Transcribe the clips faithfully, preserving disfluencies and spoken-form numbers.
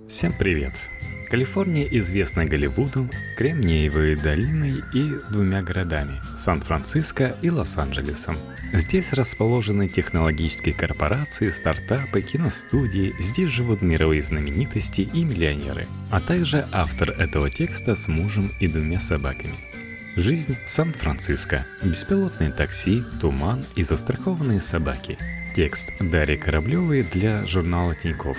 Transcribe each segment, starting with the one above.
Всем привет! Калифорния известна Голливудом, Кремниевой долиной и двумя городами – Сан-Франциско и Лос-Анджелесом. Здесь расположены технологические корпорации, стартапы, киностудии, здесь живут мировые знаменитости и миллионеры, а также автор этого текста с мужем и двумя собаками. Жизнь в Сан-Франциско. Беспилотные такси, туман и застрахованные собаки. Текст Дарьи Кораблевой для журнала Тинькофф.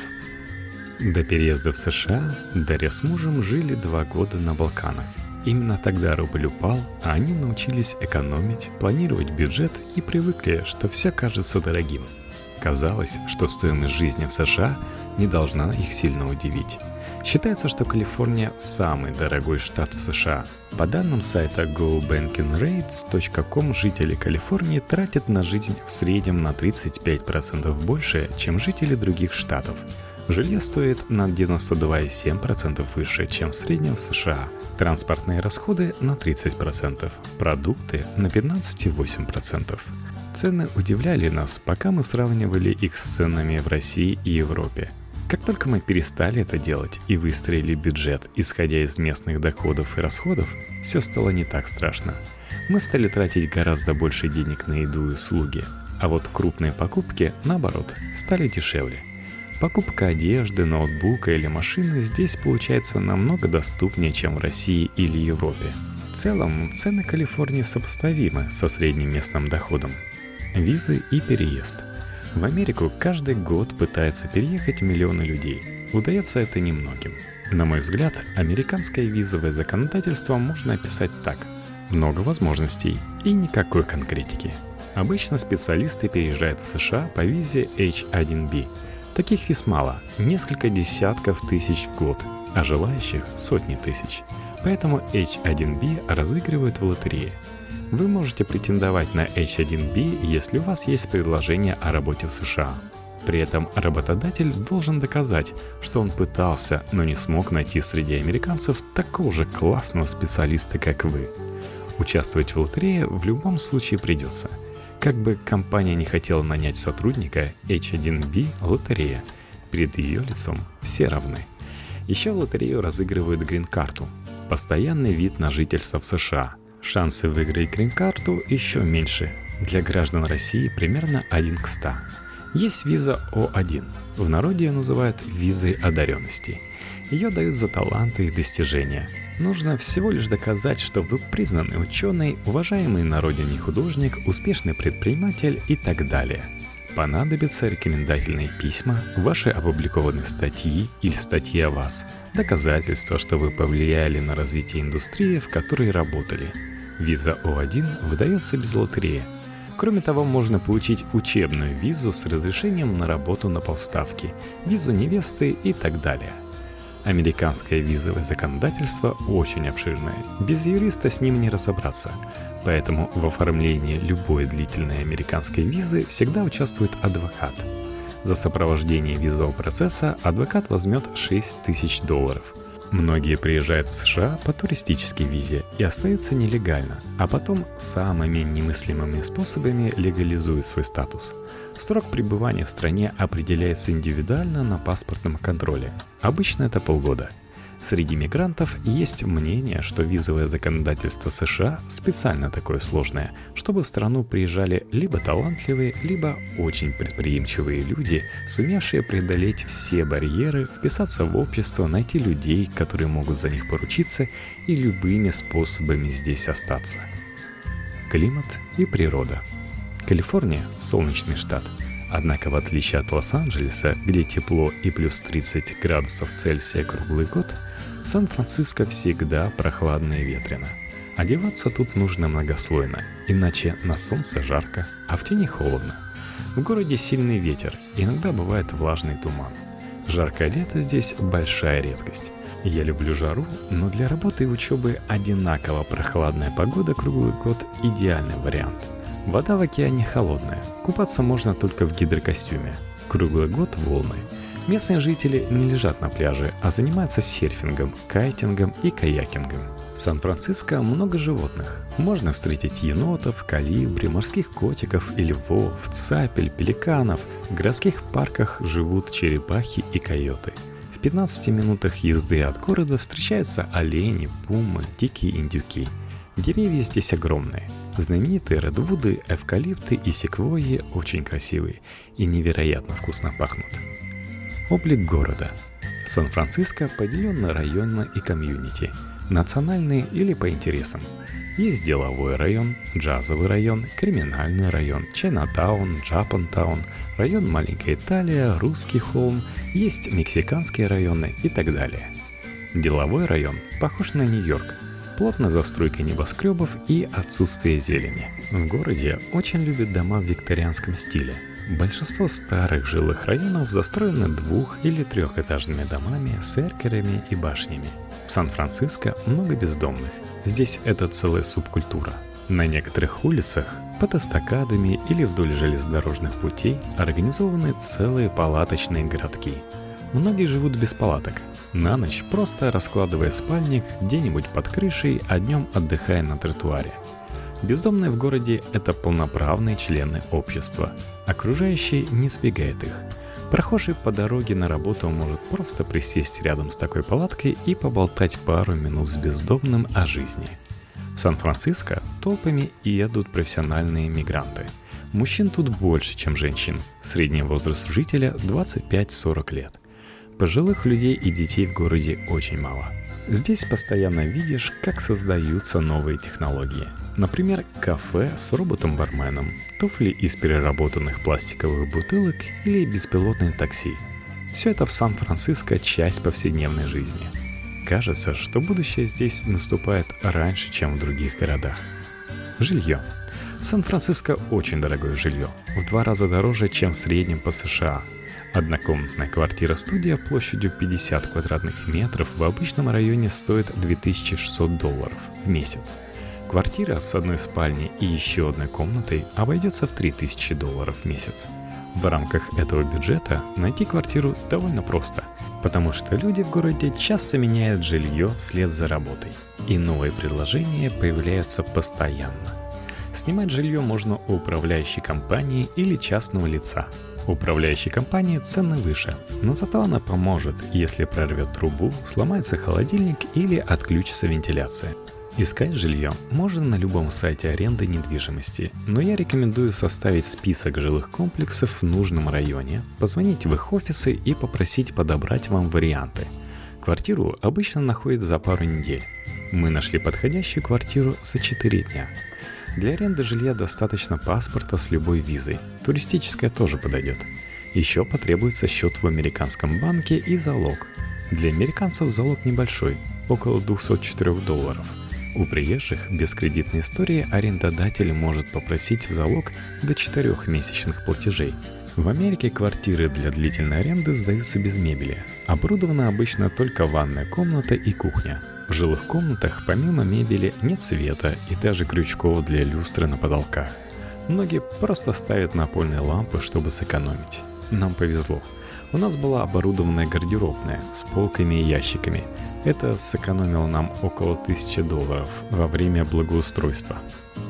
До переезда в США Дарья с мужем жили два года на Балканах. Именно тогда рубль упал, а они научились экономить, планировать бюджет и привыкли, что все кажется дорогим. Казалось, что стоимость жизни в США не должна их сильно удивить. Считается, что Калифорния – самый дорогой штат в США. По данным сайта го бэнкинг рейтс точка ком, жители Калифорнии тратят на жизнь в среднем на тридцать пять процентов больше, чем жители других штатов. Жилье стоит на девяносто два целых семь десятых процента выше, чем в среднем в США. Транспортные расходы на тридцать процентов, продукты на пятнадцать целых восемь десятых процента. Цены удивляли нас, пока мы сравнивали их с ценами в России и Европе. Как только мы перестали это делать и выстроили бюджет, исходя из местных доходов и расходов, все стало не так страшно. Мы стали тратить гораздо больше денег на еду и услуги, а вот крупные покупки, наоборот, стали дешевле. Покупка одежды, ноутбука или машины здесь получается намного доступнее, чем в России или Европе. В целом, цены Калифорнии сопоставимы со средним местным доходом. Визы и переезд. В Америку каждый год пытается переехать миллионы людей. Удается это немногим. На мой взгляд, американское визовое законодательство можно описать так: много возможностей и никакой конкретики. Обычно специалисты переезжают в США по визе эйч один би. Таких виз мало, несколько десятков тысяч в год, а желающих сотни тысяч. Поэтому эйч один би разыгрывают в лотерее. Вы можете претендовать на эйч один би, если у вас есть предложение о работе в США. При этом работодатель должен доказать, что он пытался, но не смог найти среди американцев такого же классного специалиста, как вы. Участвовать в лотерее в любом случае придется. Как бы компания не хотела нанять сотрудника, эйч один би – лотерея. Перед ее лицом все равны. Еще в лотерею разыгрывают грин-карту – постоянный вид на жительство в США. Шансы выиграть грин-карту еще меньше. Для граждан России примерно один к ста. Есть виза о один. В народе ее называют визой одаренности. Ее дают за таланты и достижения. Нужно всего лишь доказать, что вы признанный ученый, уважаемый на родине художник, успешный предприниматель и так далее. Понадобятся рекомендательные письма, ваши опубликованные статьи или статьи о вас, доказательства, что вы повлияли на развитие индустрии, в которой работали. Виза о один выдается без лотереи. Кроме того, можно получить учебную визу с разрешением на работу на полставки, визу невесты и так далее. Американское визовое законодательство очень обширное, без юриста с ним не разобраться. Поэтому в оформлении любой длительной американской визы всегда участвует адвокат. За сопровождение визового процесса адвокат возьмет шесть тысяч долларов. Многие приезжают в США по туристической визе и остаются нелегально, а потом самыми немыслимыми способами легализуют свой статус. Срок пребывания в стране определяется индивидуально на паспортном контроле. Обычно это полгода. Среди мигрантов есть мнение, что визовое законодательство США специально такое сложное, чтобы в страну приезжали либо талантливые, либо очень предприимчивые люди, сумевшие преодолеть все барьеры, вписаться в общество, найти людей, которые могут за них поручиться, и любыми способами здесь остаться. Климат и природа. Калифорния – солнечный штат. Однако, в отличие от Лос-Анджелеса, где тепло и плюс тридцать градусов Цельсия круглый год, Сан-Франциско всегда прохладно и ветрено. Одеваться тут нужно многослойно, иначе на солнце жарко, а в тени холодно. В городе сильный ветер, иногда бывает влажный туман. Жаркое лето здесь большая редкость. Я люблю жару, но для работы и учебы одинаково прохладная погода круглый год – идеальный вариант. Вода в океане холодная, купаться можно только в гидрокостюме. Круглый год волны. Местные жители не лежат на пляже, а занимаются серфингом, кайтингом и каякингом. В Сан-Франциско много животных. Можно встретить енотов, колибри, морских котиков и львов, цапель, пеликанов. В городских парках живут черепахи и койоты. В пятнадцати минутах езды от города встречаются олени, пумы, дикие индюки. Деревья здесь огромные. Знаменитые редвуды, эвкалипты и секвойи очень красивые и невероятно вкусно пахнут. Облик города. Сан-Франциско поделен на районы и комьюнити, национальные или по интересам. Есть деловой район, джазовый район, криминальный район, Чайнатаун, Джапантаун, район Маленькая Италия, Русский холм, есть мексиканские районы и так далее. Деловой район похож на Нью-Йорк. Плотная застройка небоскребов и отсутствие зелени. В городе очень любят дома в викторианском стиле. Большинство старых жилых районов застроены двух- или трехэтажными домами с эркерами и башнями. В Сан-Франциско много бездомных. Здесь это целая субкультура. На некоторых улицах, под эстакадами или вдоль железнодорожных путей организованы целые палаточные городки. Многие живут без палаток. На ночь просто раскладывая спальник где-нибудь под крышей, а днем отдыхая на тротуаре. Бездомные в городе – это полноправные члены общества. Окружающие не избегают их. Прохожий по дороге на работу может просто присесть рядом с такой палаткой и поболтать пару минут с бездомным о жизни. В Сан-Франциско толпами едут профессиональные мигранты. Мужчин тут больше, чем женщин. Средний возраст жителя двадцать пять - сорок лет. Пожилых людей и детей в городе очень мало. Здесь постоянно видишь, как создаются новые технологии. Например, кафе с роботом-барменом, туфли из переработанных пластиковых бутылок или беспилотные такси. Все это в Сан-Франциско часть повседневной жизни. Кажется, что будущее здесь наступает раньше, чем в других городах. Жилье. Сан-Франциско очень дорогое жилье, в два раза дороже, чем в среднем по США. Однокомнатная квартира-студия площадью пятьдесят квадратных метров в обычном районе стоит две тысячи шестьсот долларов в месяц. Квартира с одной спальней и еще одной комнатой обойдется в три тысячи долларов в месяц. В рамках этого бюджета найти квартиру довольно просто, потому что люди в городе часто меняют жилье вслед за работой, и новые предложения появляются постоянно. Снимать жилье можно у управляющей компании или частного лица. У управляющей компании цены выше, но зато она поможет, если прорвет трубу, сломается холодильник или отключится вентиляция. Искать жилье можно на любом сайте аренды недвижимости, но я рекомендую составить список жилых комплексов в нужном районе, позвонить в их офисы и попросить подобрать вам варианты. Квартиру обычно находят за пару недель. Мы нашли подходящую квартиру за четыре дня. Для аренды жилья достаточно паспорта с любой визой. Туристическая тоже подойдет. Еще потребуется счет в американском банке и залог. Для американцев залог небольшой, около двести четыре долларов. У приезжих без кредитной истории арендодатель может попросить в залог до четырех месячных платежей. В Америке квартиры для длительной аренды сдаются без мебели. Оборудована обычно только ванная комната и кухня. В жилых комнатах помимо мебели нет света и даже крючков для люстры на потолках. Многие просто ставят напольные лампы, чтобы сэкономить. Нам повезло. У нас была оборудованная гардеробная с полками и ящиками. Это сэкономило нам около тысячи долларов во время благоустройства.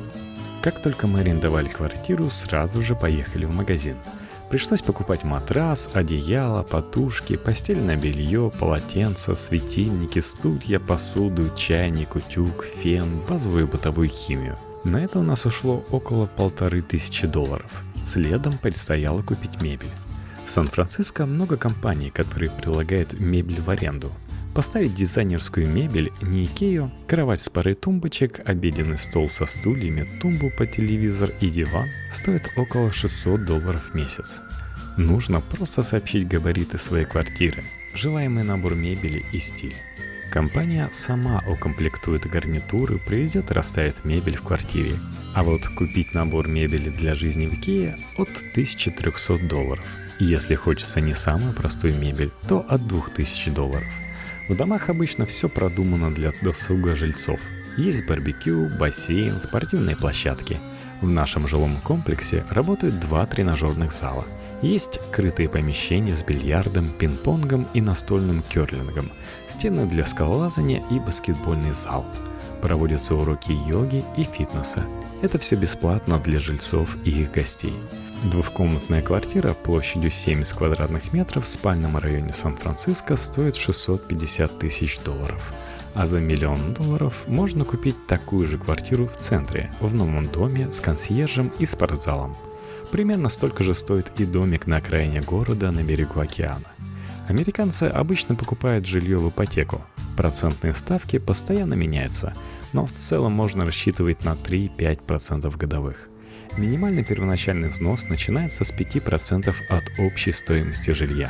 Как только мы арендовали квартиру, сразу же поехали в магазин. Пришлось покупать матрас, одеяло, подушки, постельное белье, полотенца, светильники, стулья, посуду, чайник, утюг, фен, базовую бытовую химию. На это у нас ушло около полторы тысячи долларов. Следом предстояло купить мебель. В Сан-Франциско много компаний, которые предлагают мебель в аренду. Поставить дизайнерскую мебель, не Икею, кровать с парой тумбочек, обеденный стол со стульями, тумбу под телевизор и диван стоит около шестьсот долларов в месяц. Нужно просто сообщить габариты своей квартиры, желаемый набор мебели и стиль. Компания сама укомплектует гарнитуры, привезет и расставит мебель в квартире. А вот купить набор мебели для жизни в Икее от тысячи трехсот долларов. Если хочется не самую простую мебель, то от двух тысяч долларов. В домах обычно все продумано для досуга жильцов. Есть барбекю, бассейн, спортивные площадки. В нашем жилом комплексе работают два тренажерных зала. Есть крытые помещения с бильярдом, пинг-понгом и настольным керлингом, стены для скалолазания и баскетбольный зал. Проводятся уроки йоги и фитнеса. Это все бесплатно для жильцов и их гостей. Двухкомнатная квартира площадью семьдесят квадратных метров в спальном районе Сан-Франциско стоит шестьсот пятьдесят тысяч долларов. А за миллион долларов можно купить такую же квартиру в центре, в новом доме с консьержем и спортзалом. Примерно столько же стоит и домик на окраине города на берегу океана. Американцы обычно покупают жилье в ипотеку. Процентные ставки постоянно меняются, но в целом можно рассчитывать на три-пять процентов годовых. Минимальный первоначальный взнос начинается с пяти процентов от общей стоимости жилья.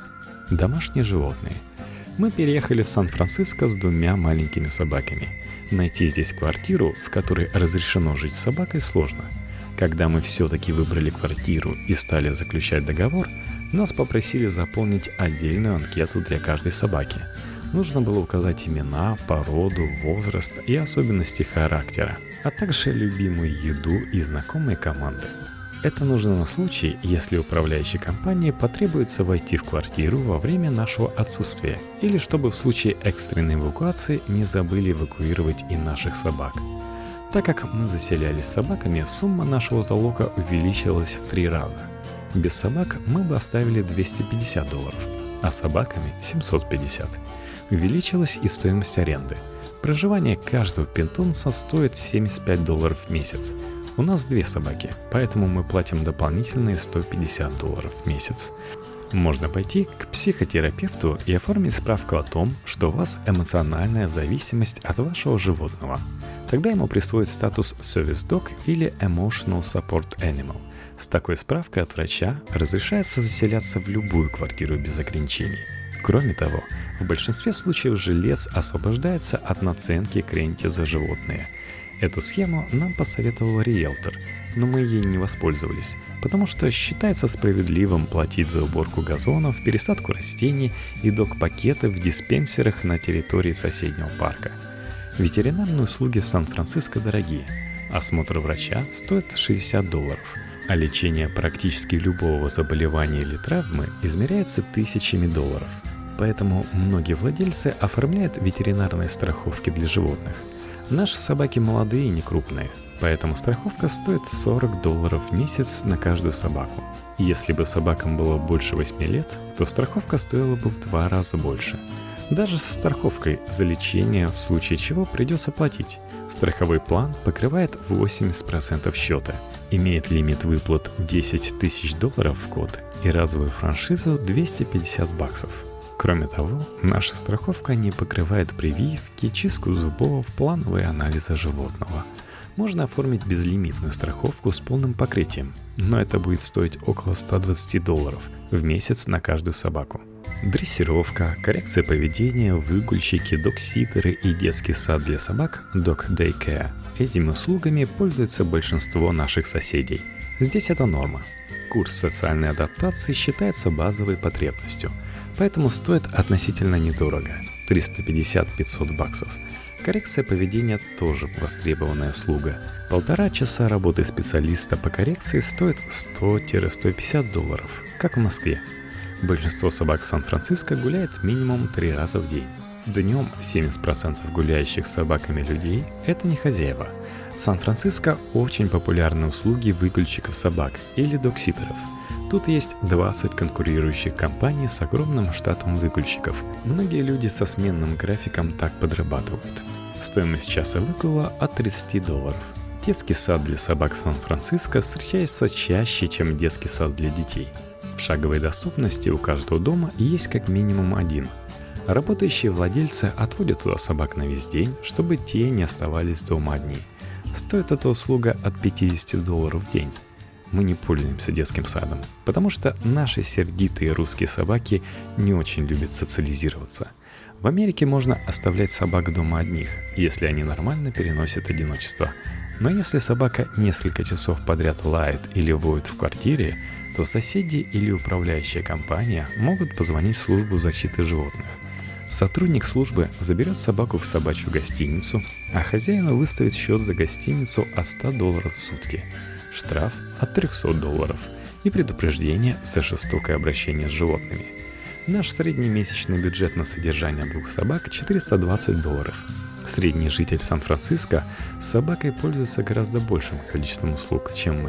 Домашние животные. Мы переехали в Сан-Франциско с двумя маленькими собаками. Найти здесь квартиру, в которой разрешено жить с собакой, сложно. Когда мы все-таки выбрали квартиру и стали заключать договор, нас попросили заполнить отдельную анкету для каждой собаки. Нужно было указать имена, породу, возраст и особенности характера, а также любимую еду и знакомые команды. Это нужно на случай, если управляющей компании потребуется войти в квартиру во время нашего отсутствия, или чтобы в случае экстренной эвакуации не забыли эвакуировать и наших собак. Так как мы заселялись собаками, сумма нашего залога увеличилась в три раза. Без собак мы бы оставили двести пятьдесят долларов, а собаками семьсот пятьдесят. Увеличилась и стоимость аренды. Проживание каждого питомца стоит семьдесят пять долларов в месяц. У нас две собаки, поэтому мы платим дополнительные сто пятьдесят долларов в месяц. Можно пойти к психотерапевту и оформить справку о том, что у вас эмоциональная зависимость от вашего животного. Тогда ему присвоят статус Service Dog или Emotional Support Animal. С такой справкой от врача разрешается заселяться в любую квартиру без ограничений. Кроме того, в большинстве случаев жилец освобождается от наценки к ренте за животные. Эту схему нам посоветовал риэлтор, но мы ей не воспользовались, потому что считается справедливым платить за уборку газонов, пересадку растений и док-пакеты в диспенсерах на территории соседнего парка. Ветеринарные услуги в Сан-Франциско дорогие. Осмотр врача стоит шестьдесят долларов, а лечение практически любого заболевания или травмы измеряется тысячами долларов. Поэтому многие владельцы оформляют ветеринарные страховки для животных. Наши собаки молодые и не крупные, поэтому страховка стоит сорок долларов в месяц на каждую собаку. Если бы собакам было больше восьми лет, то страховка стоила бы в два раза больше. Даже со страховкой за лечение, в случае чего придется платить. Страховой план покрывает восемьдесят процентов счета, имеет лимит выплат десять тысяч долларов в год и разовую франшизу двести пятьдесят баксов. Кроме того, наша страховка не покрывает прививки, чистку зубов, плановые анализы животного. Можно оформить безлимитную страховку с полным покрытием, но это будет стоить около сто двадцать долларов в месяц на каждую собаку. Дрессировка, коррекция поведения, выгульщики, док-ситеры и детский сад для собак Dog Daycare. Этими услугами пользуется большинство наших соседей. Здесь это норма. Курс социальной адаптации считается базовой потребностью, поэтому стоит относительно недорого – триста пятьдесят - пятьсот баксов. Коррекция поведения тоже востребованная услуга. Полтора часа работы специалиста по коррекции стоит сто - сто пятьдесят долларов, как в Москве. Большинство собак в Сан-Франциско гуляет минимум три раза в день. Днем семьдесят процентов гуляющих с собаками людей – это не хозяева. В Сан-Франциско очень популярны услуги выгульщиков собак или док-ситеров. Тут есть двадцать конкурирующих компаний с огромным штатом выгульщиков. Многие люди со сменным графиком так подрабатывают. Стоимость часа выгула от тридцати долларов. Детский сад для собак в Сан-Франциско встречается чаще, чем детский сад для детей. В шаговой доступности у каждого дома есть как минимум один. Работающие владельцы отводят туда собак на весь день, чтобы те не оставались дома одни. Стоит эта услуга от пятьдесят долларов в день. Мы не пользуемся детским садом, потому что наши сердитые русские собаки не очень любят социализироваться. В Америке можно оставлять собак дома одних, если они нормально переносят одиночество. Но если собака несколько часов подряд лает или воет в квартире, то соседи или управляющая компания могут позвонить в службу защиты животных. Сотрудник службы заберет собаку в собачью гостиницу, а хозяину выставит счет за гостиницу от ста долларов в сутки, штраф от трехсот долларов и предупреждение за жестокое обращение с животными. Наш средний месячный бюджет на содержание двух собак – четыреста двадцать долларов. Средний житель Сан-Франциско с собакой пользуется гораздо большим количеством услуг, чем мы.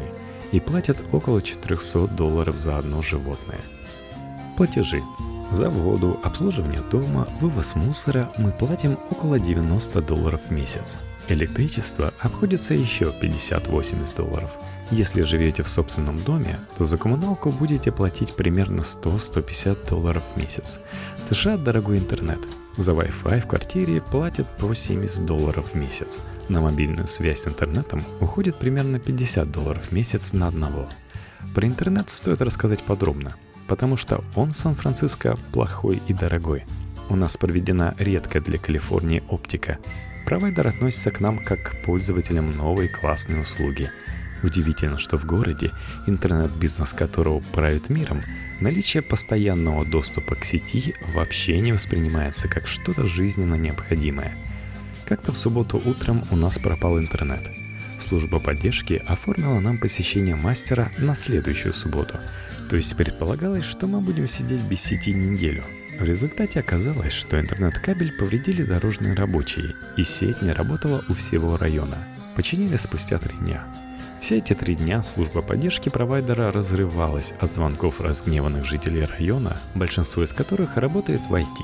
и платят около четыреста долларов за одно животное. Платежи. За воду, обслуживание дома, вывоз мусора мы платим около девяносто долларов в месяц. Электричество обходится еще пятьдесят-восемьдесят долларов. Если живете в собственном доме, то за коммуналку будете платить примерно сто-сто пятьдесят долларов в месяц. В США дорогой интернет. За Wi-Fi в квартире платят по семьдесят долларов в месяц. На мобильную связь с интернетом уходит примерно пятьдесят долларов в месяц на одного. Про интернет стоит рассказать подробно, потому что он в Сан-Франциско плохой и дорогой. У нас проведена редкая для Калифорнии оптика. Провайдер относится к нам как к пользователям новой классной услуги. Удивительно, что в городе, интернет-бизнес которого правит миром, наличие постоянного доступа к сети вообще не воспринимается как что-то жизненно необходимое. Как-то в субботу утром у нас пропал интернет. Служба поддержки оформила нам посещение мастера на следующую субботу. То есть предполагалось, что мы будем сидеть без сети неделю. В результате оказалось, что интернет-кабель повредили дорожные рабочие, и сеть не работала у всего района. Починили спустя три дня. Все эти три дня служба поддержки провайдера разрывалась от звонков разгневанных жителей района, большинство из которых работает в ай ти.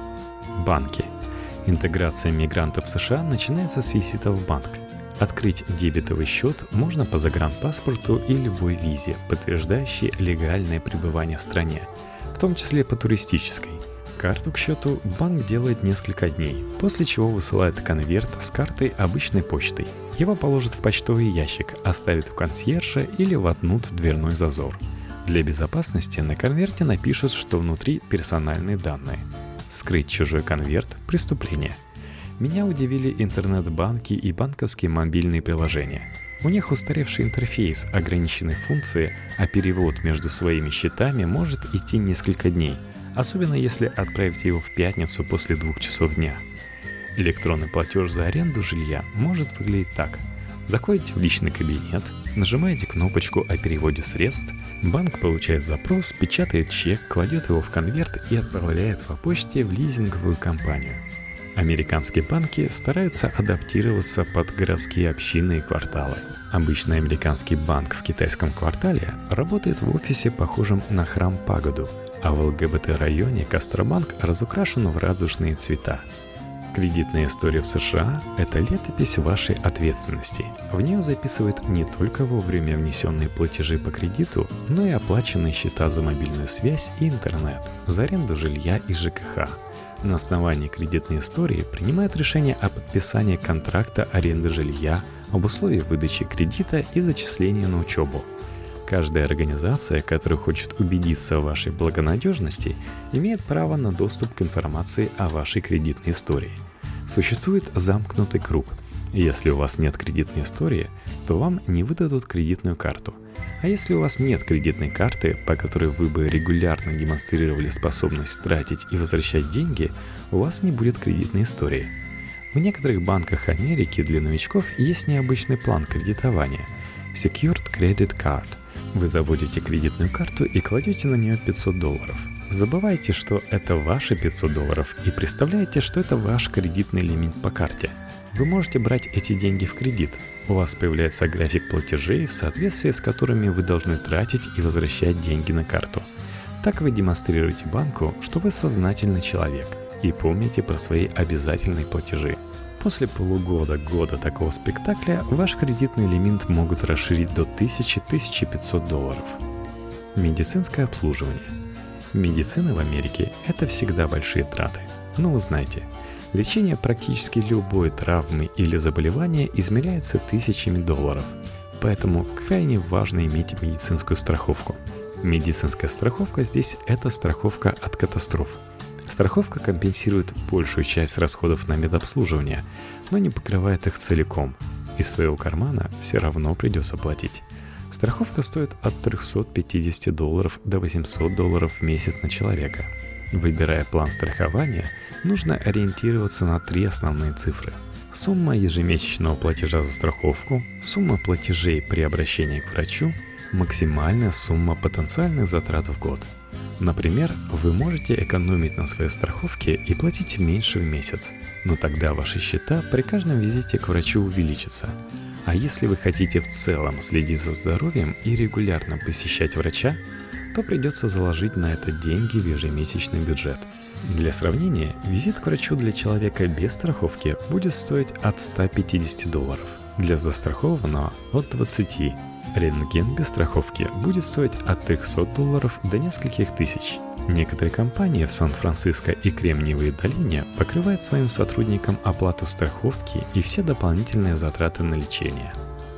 Банки. Интеграция мигрантов в США начинается с визита в банк. Открыть дебетовый счет можно по загранпаспорту и любой визе, подтверждающей легальное пребывание в стране, в том числе по туристической. Карту к счету банк делает несколько дней, после чего высылает конверт с картой обычной почтой. Его положат в почтовый ящик, оставят у консьержа или воткнут в дверной зазор. Для безопасности на конверте напишут, что внутри персональные данные. Скрыть чужой конверт – преступление. Меня удивили интернет-банки и банковские мобильные приложения. У них устаревший интерфейс, ограниченные функции, а перевод между своими счетами может идти несколько дней, особенно если отправить его в пятницу после двух часов дня. Электронный платеж за аренду жилья может выглядеть так. Заходите в личный кабинет, нажимаете кнопочку о переводе средств, банк получает запрос, печатает чек, кладет его в конверт и отправляет по почте в лизинговую компанию. Американские банки стараются адаптироваться под городские общины и кварталы. Обычный американский банк в китайском квартале работает в офисе, похожем на храм-пагоду, а в эл гэ бэ тэ-районе Кастробанк разукрашен в радужные цвета. Кредитная история в США – это летопись вашей ответственности. В нее записывают не только вовремя внесенные платежи по кредиту, но и оплаченные счета за мобильную связь и интернет, за аренду жилья и жэ ка ха. На основании кредитной истории принимают решение о подписании контракта аренды жилья, об условиях выдачи кредита и зачисления на учебу. Каждая организация, которая хочет убедиться в вашей благонадежности, имеет право на доступ к информации о вашей кредитной истории. Существует замкнутый круг. Если у вас нет кредитной истории, то вам не выдадут кредитную карту. А если у вас нет кредитной карты, по которой вы бы регулярно демонстрировали способность тратить и возвращать деньги, у вас не будет кредитной истории. В некоторых банках Америки для новичков есть необычный план кредитования – Secured Credit Card. Вы заводите кредитную карту и кладете на нее пятьсот долларов. Забывайте, что это ваши пятьсот долларов, и представляете, что это ваш кредитный лимит по карте. Вы можете брать эти деньги в кредит. У вас появляется график платежей, в соответствии с которыми вы должны тратить и возвращать деньги на карту. Так вы демонстрируете банку, что вы сознательный человек и помните про свои обязательные платежи. После полугода-года такого спектакля ваш кредитный лимит могут расширить до тысячи - тысяча пятьсот долларов. Медицинское обслуживание. Медицина в Америке – это всегда большие траты. Но вы знаете, лечение практически любой травмы или заболевания измеряется тысячами долларов. Поэтому крайне важно иметь медицинскую страховку. Медицинская страховка здесь – это страховка от катастроф. Страховка компенсирует большую часть расходов на медобслуживание, но не покрывает их целиком. Из своего кармана все равно придется платить. Страховка стоит от триста пятьдесят долларов до восемьсот долларов в месяц на человека. Выбирая план страхования, нужно ориентироваться на три основные цифры. Сумма ежемесячного платежа за страховку, сумма платежей при обращении к врачу, максимальная сумма потенциальных затрат в год. Например, вы можете экономить на своей страховке и платить меньше в месяц, но тогда ваши счета при каждом визите к врачу увеличатся. А если вы хотите в целом следить за здоровьем и регулярно посещать врача, то придется заложить на это деньги в ежемесячный бюджет. Для сравнения, визит к врачу для человека без страховки будет стоить от ста пятидесяти долларов, для застрахованного – от двадцати. Рентген без страховки будет стоить от трехсот долларов до нескольких тысяч. Некоторые компании в Сан-Франциско и Кремниевой долине покрывают своим сотрудникам оплату страховки и все дополнительные затраты на лечение.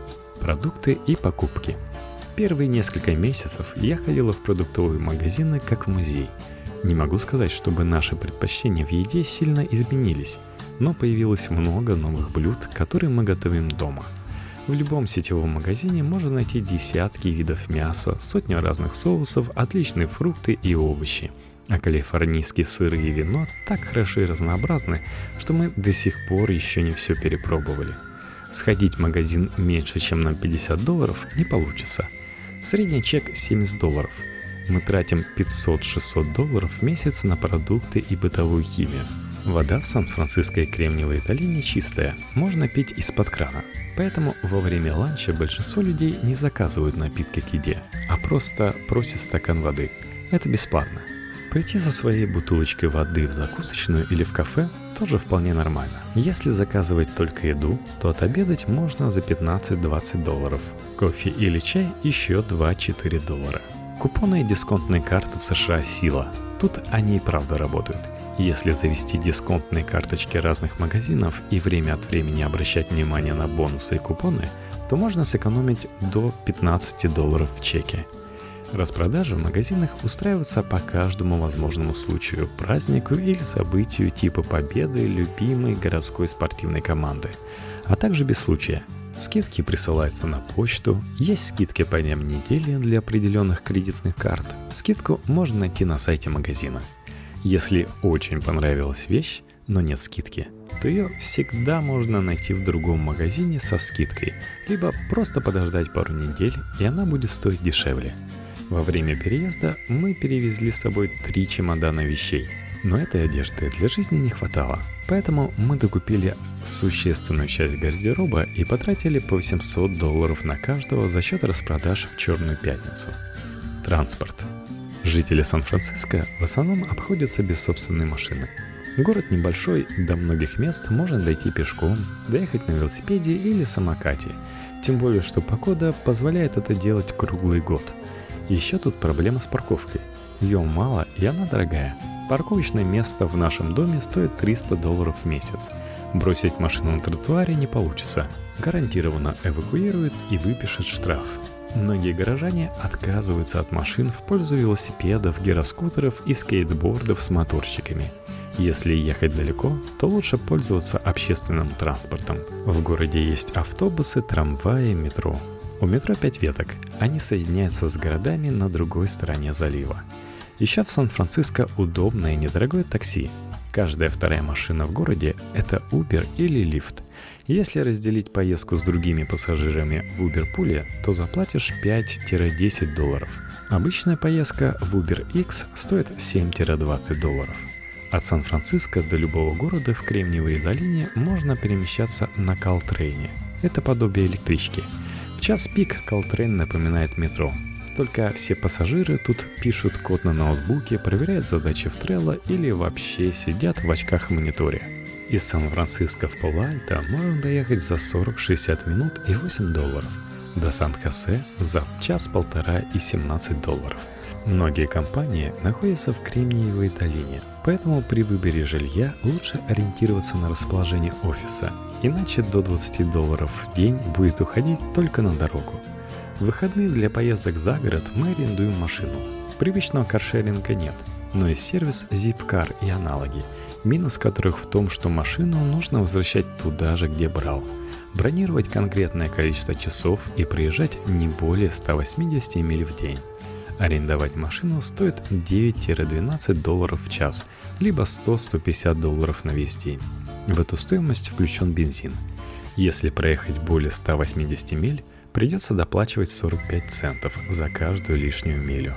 Продукты и покупки. Первые несколько месяцев я ходила в продуктовые магазины как в музей. Не могу сказать, чтобы наши предпочтения в еде сильно изменились, но появилось много новых блюд, которые мы готовим дома. В любом сетевом магазине можно найти десятки видов мяса, сотню разных соусов, отличные фрукты и овощи. А калифорнийские сыры и вино так хороши и разнообразны, что мы до сих пор еще не все перепробовали. Сходить в магазин меньше, чем на пятьдесят долларов, не получится. Средний чек семьдесят долларов. Мы тратим пятьсот-шестьсот долларов в месяц на продукты и бытовую химию. Вода в Сан-Франциско и Кремниевой долине чистая, можно пить из-под крана. Поэтому во время ланча большинство людей не заказывают напитки к еде, а просто просят стакан воды. Это бесплатно. Прийти за своей бутылочкой воды в закусочную или в кафе тоже вполне нормально. Если заказывать только еду, то отобедать можно за пятнадцать-двадцать долларов. Кофе или чай еще два-четыре доллара. Купоны и дисконтные карты в США сила. Тут они и правда работают. Если завести дисконтные карточки разных магазинов и время от времени обращать внимание на бонусы и купоны, то можно сэкономить до пятнадцати долларов в чеке. Распродажи в магазинах устраиваются по каждому возможному случаю, празднику или событию типа победы любимой городской спортивной команды, а также без случая. Скидки присылаются на почту, есть скидки по дням недели для определенных кредитных карт. Скидку можно найти на сайте магазина. Если очень понравилась вещь, но нет скидки, то ее всегда можно найти в другом магазине со скидкой, либо просто подождать пару недель, и она будет стоить дешевле. Во время переезда мы перевезли с собой три чемодана вещей, но этой одежды для жизни не хватало, поэтому мы докупили существенную часть гардероба и потратили по восемьсот долларов на каждого за счет распродаж в Черную пятницу. Транспорт. Жители Сан-Франциско в основном обходятся без собственной машины. Город небольшой, до многих мест можно дойти пешком, доехать на велосипеде или самокате, тем более что погода позволяет это делать круглый год. Еще тут проблема с парковкой. Ее мало и она дорогая. Парковочное место в нашем доме стоит триста долларов в месяц. Бросить машину на тротуаре не получится. Гарантированно эвакуируют и выпишут штраф. Многие горожане отказываются от машин в пользу велосипедов, гироскутеров и скейтбордов с моторчиками. Если ехать далеко, то лучше пользоваться общественным транспортом. В городе есть автобусы, трамваи, метро. У метро пять веток. Они соединяются с городами на другой стороне залива. Еще в Сан-Франциско удобное и недорогое такси. Каждая вторая машина в городе – это Uber или лифт. Если разделить поездку с другими пассажирами в Uber-пуле, то заплатишь пять-десять долларов. Обычная поездка в UberX стоит семь-двадцать долларов. От Сан-Франциско до любого города в Кремниевой долине можно перемещаться на Калтрейне. Это подобие электрички. В час пик Калтрейн напоминает метро. Только все пассажиры тут пишут код на ноутбуке, проверяют задачи в Trello или вообще сидят в очках-мониторе. Из Сан-Франциско в Пало-Альто можно доехать за сорок-шестьдесят минут и восемь долларов. До Сан-Хосе за час-полтора и семнадцать долларов. Многие компании находятся в Кремниевой долине, поэтому при выборе жилья лучше ориентироваться на расположение офиса, иначе до двадцати долларов в день будет уходить только на дорогу. В выходные для поездок за город мы арендуем машину. Привычного каршеринга нет, но есть сервис Zipcar и аналоги, минус которых в том, что машину нужно возвращать туда же, где брал. Бронировать конкретное количество часов и проезжать не более ста восьмидесяти миль в день. Арендовать машину стоит девять-двенадцать долларов в час, либо сто-сто пятьдесят долларов на весь день. В эту стоимость включен бензин. Если проехать более ста восьмидесяти миль, придется доплачивать сорок пять центов за каждую лишнюю милю.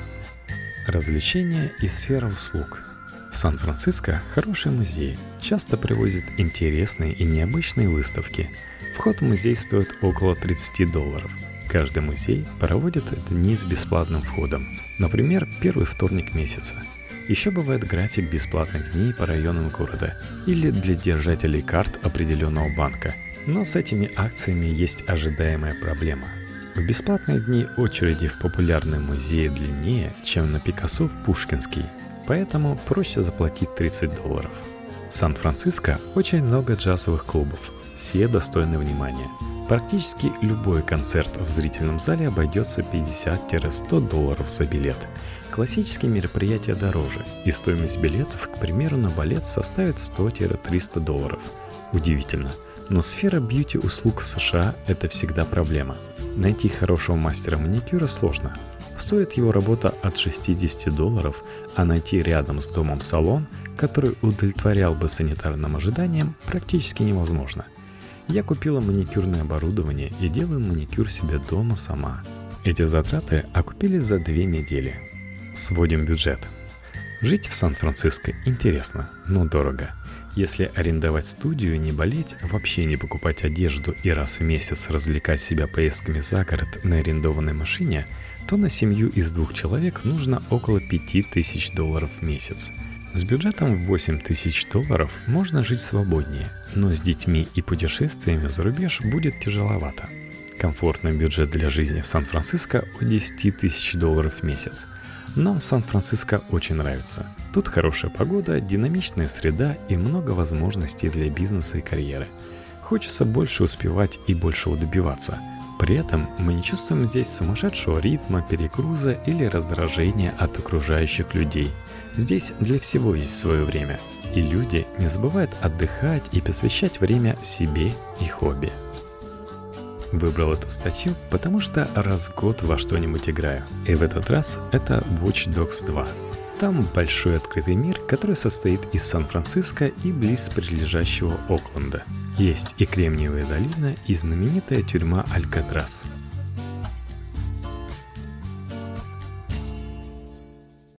Развлечения и сфера услуг. В Сан-Франциско хорошие музеи, часто привозят интересные и необычные выставки. Вход в музей стоит около тридцать долларов. Каждый музей проводит дни с бесплатным входом, например, первый вторник месяца. Еще бывает график бесплатных дней по районам города или для держателей карт определенного банка. Но с этими акциями есть ожидаемая проблема. В бесплатные дни очереди в популярные музеи длиннее, чем на Пикассо в Пушкинский, поэтому проще заплатить тридцать долларов. В Сан-Франциско очень много джазовых клубов, все достойны внимания. Практически любой концерт в зрительном зале обойдется пятьдесят-сто долларов за билет. Классические мероприятия дороже, и стоимость билетов, к примеру, на балет составит сто-триста долларов. Удивительно, но сфера бьюти-услуг в США – это всегда проблема. Найти хорошего мастера маникюра сложно. Стоит его работа от шестьдесят долларов, а найти рядом с домом салон, который удовлетворял бы санитарным ожиданиям, практически невозможно. Я купила маникюрное оборудование и делаю маникюр себе дома сама. Эти затраты окупились за две недели. Сводим бюджет. Жить в Сан-Франциско интересно, но дорого. Если арендовать студию, не болеть, вообще не покупать одежду и раз в месяц развлекать себя поездками за город на арендованной машине, то на семью из двух человек нужно около пять тысяч долларов в месяц. С бюджетом в восемь тысяч долларов можно жить свободнее, но с детьми и путешествиями за рубеж будет тяжеловато. Комфортный бюджет для жизни в Сан-Франциско от десять тысяч долларов в месяц. Нам Сан-Франциско очень нравится. Тут хорошая погода, динамичная среда и много возможностей для бизнеса и карьеры. Хочется больше успевать и большего добиваться. При этом мы не чувствуем здесь сумасшедшего ритма, перегруза или раздражения от окружающих людей. Здесь для всего есть свое время. И люди не забывают отдыхать и посвящать время себе и хобби. Выбрал эту статью, потому что раз в год во что-нибудь играю. И в этот раз это Watch Dogs два. Там большой открытый мир, который состоит из Сан-Франциско и близ прилежащего Окленда. Есть и Кремниевая долина, и знаменитая тюрьма Алькатрас.